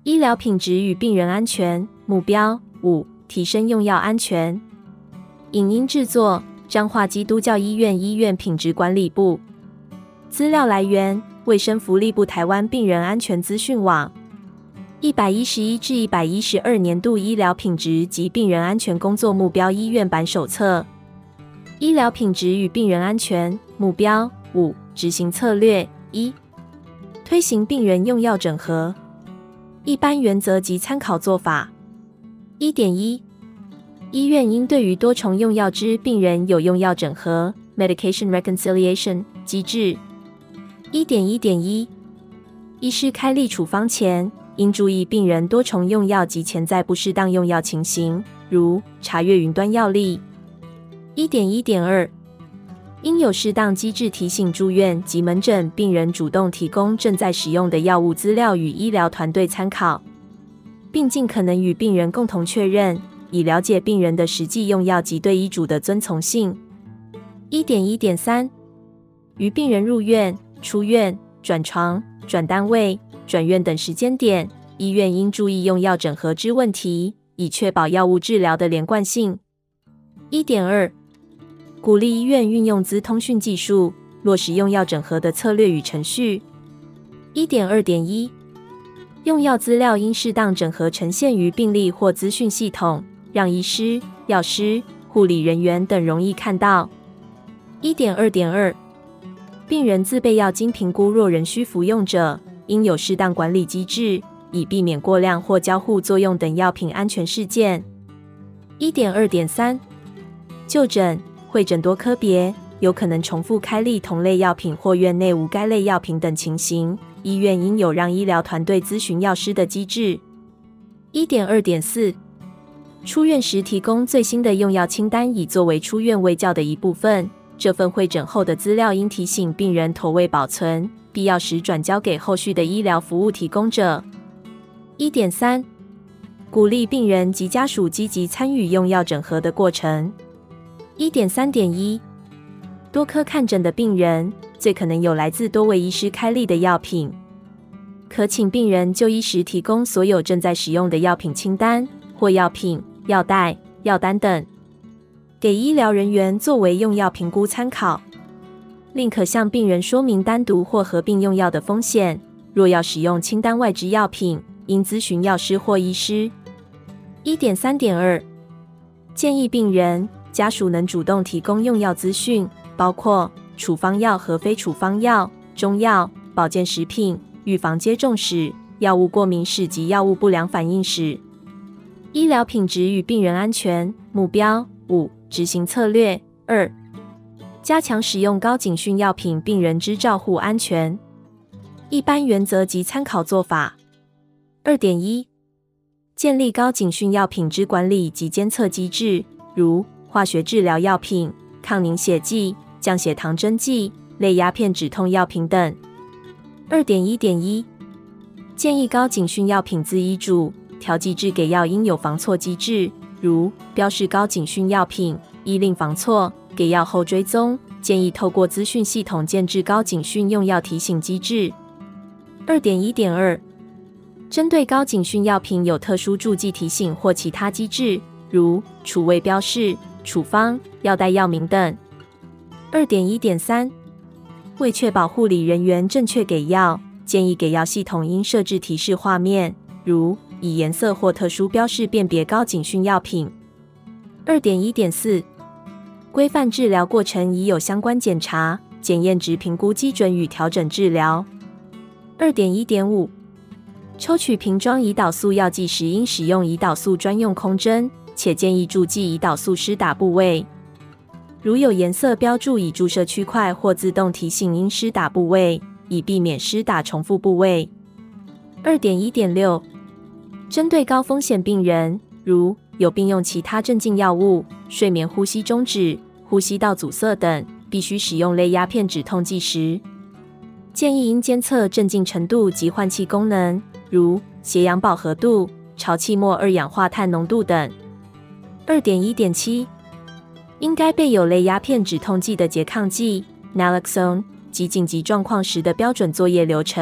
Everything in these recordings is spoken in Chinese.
医疗品质与病人安全目标5、提升用药安全。影音制作：彰化基督教医院医院品质管理部。资料来源：卫生福利部台湾病人安全资讯网。111至112年度医疗品质及病人安全工作目标医院版手册。医疗品质与病人安全目标5、执行策略1、推行病人用药整合。一般原则及参考做法。1.1 医院应对于多重用药之病人有用药整合 Medication Reconciliation 机制。1.1.1 医师开立处方前，应注意病人多重用药及潜在不适当用药情形，如查阅云端药历。1.1.2 应有适当机制提醒住院及门诊病人主动提供正在使用的药物资料与医疗团队参考，并尽可能与病人共同确认，以了解病人的实际用药及对医嘱的遵从性。1.1.3 于病人入院、出院、转床、转单位、转院等时间点，医院应注意用药整合之问题，以确保药物治疗的连贯性。1.2 鼓励医院运用资通讯技术，落实用药整合的策略与程序。1.2.1 用药资料应适当整合呈现于病历或资讯系统，让医师、药师、护理人员等容易看到。1.2.2 病人自备药经评估，若仍需服用者，应有适当管理机制，以避免过量或交互作用等药品安全事件。1.2.3 就诊会诊多科别，有可能重复开立同类药品或院内无该类药品等情形，医院应有让医疗团队咨询药师的机制。1.2.4 出院时提供最新的用药清单，以作为出院卫教的一部分。这份会诊后的资料应提醒病人妥为保存，必要时转交给后续的医疗服务提供者。1.3 鼓励病人及家属积极参与用药整合的过程。1.3.1 多科看诊的病人，最可能有来自多位医师开立的药品，可请病人就医时提供所有正在使用的药品清单或药品、药袋、药单等，给医疗人员作为用药评估参考。另可向病人说明单独或合并用药的风险，若要使用清单外之药品，应咨询药师或医师。1.3.2 建议病人家属能主动提供用药资讯，包括处方药和非处方药、中药、保健食品、预防接种史、药物过敏史及药物不良反应史。医疗品质与病人安全目标5、执行策略2、加强使用高警讯药品病人之照护安全。一般原则及参考做法。2.1 建立高警讯药品之管理及监测机制，如化学治疗药品、抗凝血剂、降血糖针剂、类鸦片止痛药品等。2.1.1 建议高警讯药品自医嘱、调剂制给药应有防错机制，如标示高警讯药品，依令防错，给药后追踪，建议透过资讯系统建置高警讯用药提醒机制。2.1.2 针对高警讯药品有特殊注记提醒或其他机制，如处位标示、处方、药袋药名等。2.1.3 为确保护理人员正确给药，建议给药系统应设置提示画面，如以颜色或特殊标示辨别高警讯药品。2.1.4 规范治疗过程，已有相关检查、检验值评估基准与调整治疗。2.1.5 抽取瓶装胰岛素药剂时，应使用胰岛素专用空针，且建议注记胰岛素施打部位。如有颜色标注已注射区块或自动提醒应施打部位，以避免施打重复部位。2.1.6 针对高风险病人，如有并用其他镇静药物、睡眠呼吸中止、呼吸道阻塞等，必须使用类鸦片止痛剂时，建议应监测镇静程度及换气功能，如血氧饱和度、潮气末二氧化碳浓度等。2.1.7 应该备有类鸦片止痛剂的拮抗剂 Naloxone 及紧急状况时的标准作业流程，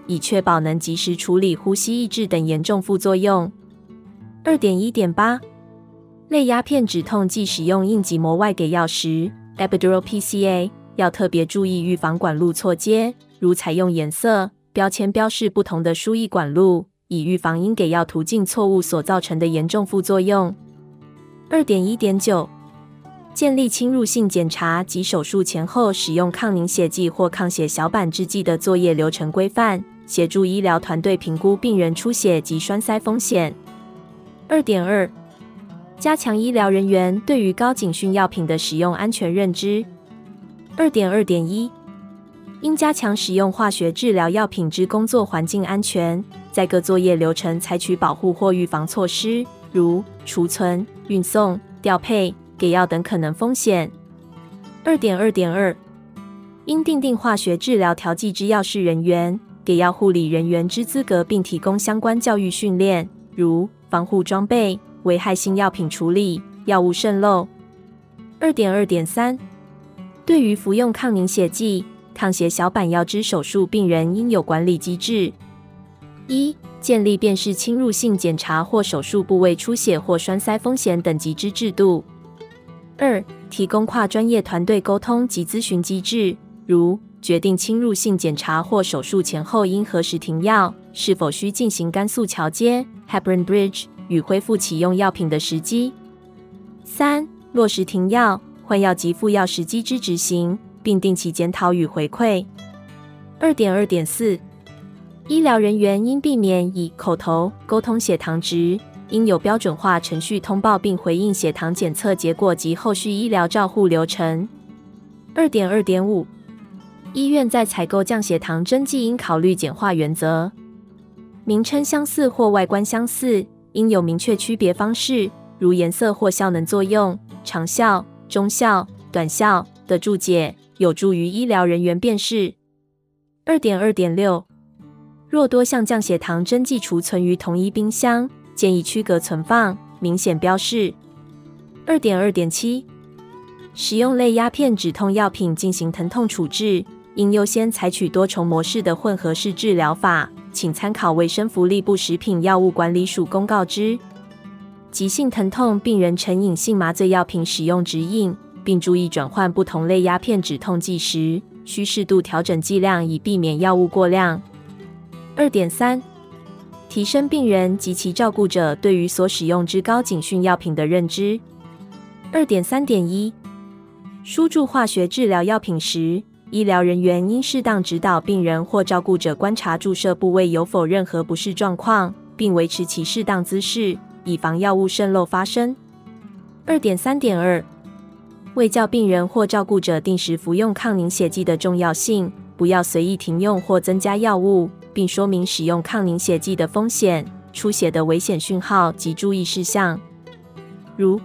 以确保能及时处理呼吸抑制等严重副作用。2.1.8 类鸦片止痛剂使用硬脊膜外给药时 Epidural PCA 要特别注意预防管路错接，如采用颜色、标签标示不同的输液管路，以预防因给药途径错误所造成的严重副作用。2.1.9 建立侵入性检查及手术前后使用抗凝血剂或抗血小板制剂的作业流程规范，协助医疗团队评估病人出血及栓塞风险。2.2 加强医疗人员对于高警讯药品的使用安全认知。2.2.1 应加强使用化学治疗药品之工作环境安全，在各作业流程采取保护或预防措施，如储存、运送、调配、给药等可能风险。2.2.2 应订定化学治疗调剂之药事人员、给药护理人员之资格，并提供相关教育训练，如防护装备、危害性药品处理、药物渗漏。2.2.3 对于服用抗凝血剂、抗血小板药之手术病人应有管理机制。1. 建立辨识侵入性检查或手术部位出血或栓塞风险等级之制度。2. 提供跨专业团队沟通及咨询机制，如决定侵入性检查或手术前后应何时停药，是否需进行肝素桥接 Heparin Bridge 与恢复启用药品的时机。3. 落实停药、换药及复药时机之执行，并定期检讨与回馈。2.2.4 医疗人员应避免以口头沟通血糖值，应有标准化程序通报并回应血糖检测结果及后续医疗照护流程。2.2.5 医院在采购降血糖针剂应考虑简化原则，名称相似或外观相似，应有明确区别方式，如颜色或效能作用、长效、中效、短效的注解，有助于医疗人员辨识。2.2.6 若多项降血糖针剂储存于同一冰箱，建议区隔存放，明显标示。2.2.7 使用类鸦片止痛药品进行疼痛处置，应优先采取多重模式的混合式治疗法，请参考卫生福利部食品药物管理署公告之急性疼痛病人成瘾性麻醉药品使用指引，并注意转换不同类鸦片止痛剂时，需适度调整剂量以避免药物过量。2.3 提升病人及其照顾者对于所使用之高警讯药品的认知。2.3.1 输注化学治疗药品时，医疗人员应适当指导病人或照顾者观察注射部位有否任何不适状况，并维持其适当姿势，以防药物渗漏发生。2.3.2 卫教病人或照顾者定时服用抗凝血剂的重要性，不要随意停用或增加药物，并说明使用抗凝血剂的风险、出血的危险讯号及注意事项，如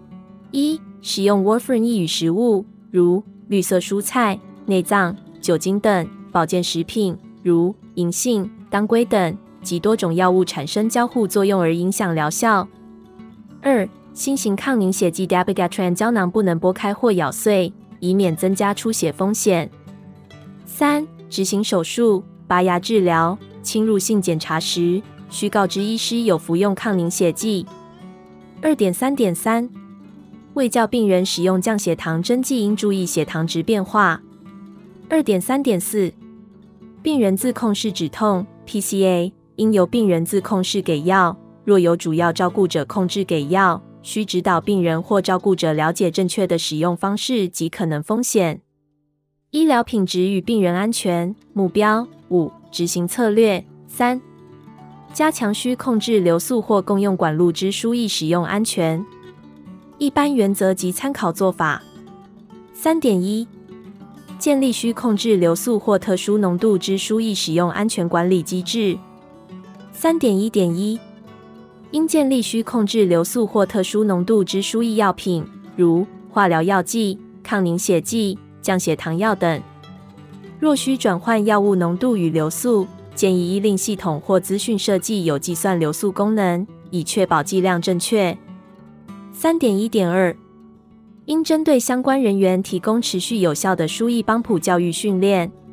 1. 使用 warfarin 易与食物，如绿色蔬菜、内脏、酒精等；保健食品，如银杏、当归等，及多种药物产生交互作用而影响疗效。2. 新型抗凝血剂 dabigatran 胶囊不能剥开或咬碎，以免增加出血风险。3. 执行手术、拔牙治疗、侵入性检查时，需告知医师有服用抗凝血剂。2.3.3 卫教病人使用降血糖针剂应注意血糖值变化。2.3.4 病人自控式止痛 PCA 应由病人自控式给药，若由主要照顾者控制给药，需指导病人或照顾者了解正确的使用方式及可能风险。医疗品质与病人安全目标。5. 执行策略。3. 加强需控制流速或共用管路之输液使用安全。一般原则及参考做法。3.1 建立需控制流速或特殊浓度之输液使用安全管理机制。3.1.1 应建立需控制流速或特殊浓度之输液药品，如化疗药剂、抗凝血剂、降血糖药等。若需转换药物浓度与流速，建议依令系统或资讯设计有计算流速功能，以确保剂量正确。3.1.2 应针对相关人员提供持续有效的输液帮谱教育训练，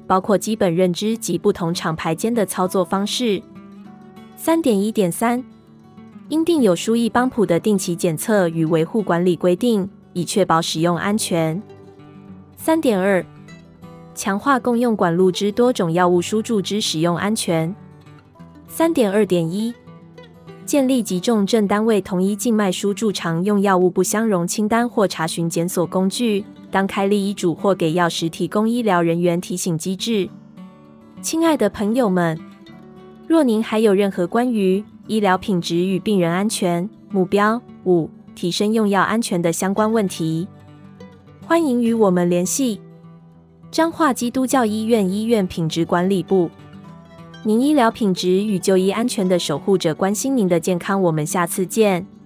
包括基本认知及不同厂牌间的操作方式。3.1.3 应订有输液帮谱的定期检测与维护管理规定，以确保使用安全。3.2 强化共用管路之多种药物输注之使用安全。3.2.1 建立及重症单位统一静脉输注常用药物不相容清单或查询检索工具，当开立医嘱或给药时提供医疗人员提醒机制。亲爱的朋友们，若您还有任何关于医疗品质与病人安全目标5提升用药安全的相关问题，欢迎与我们联系。彰化基督教医院医院品质管理部，您医疗品质与就医安全的守护者，关心您的健康。我们下次见。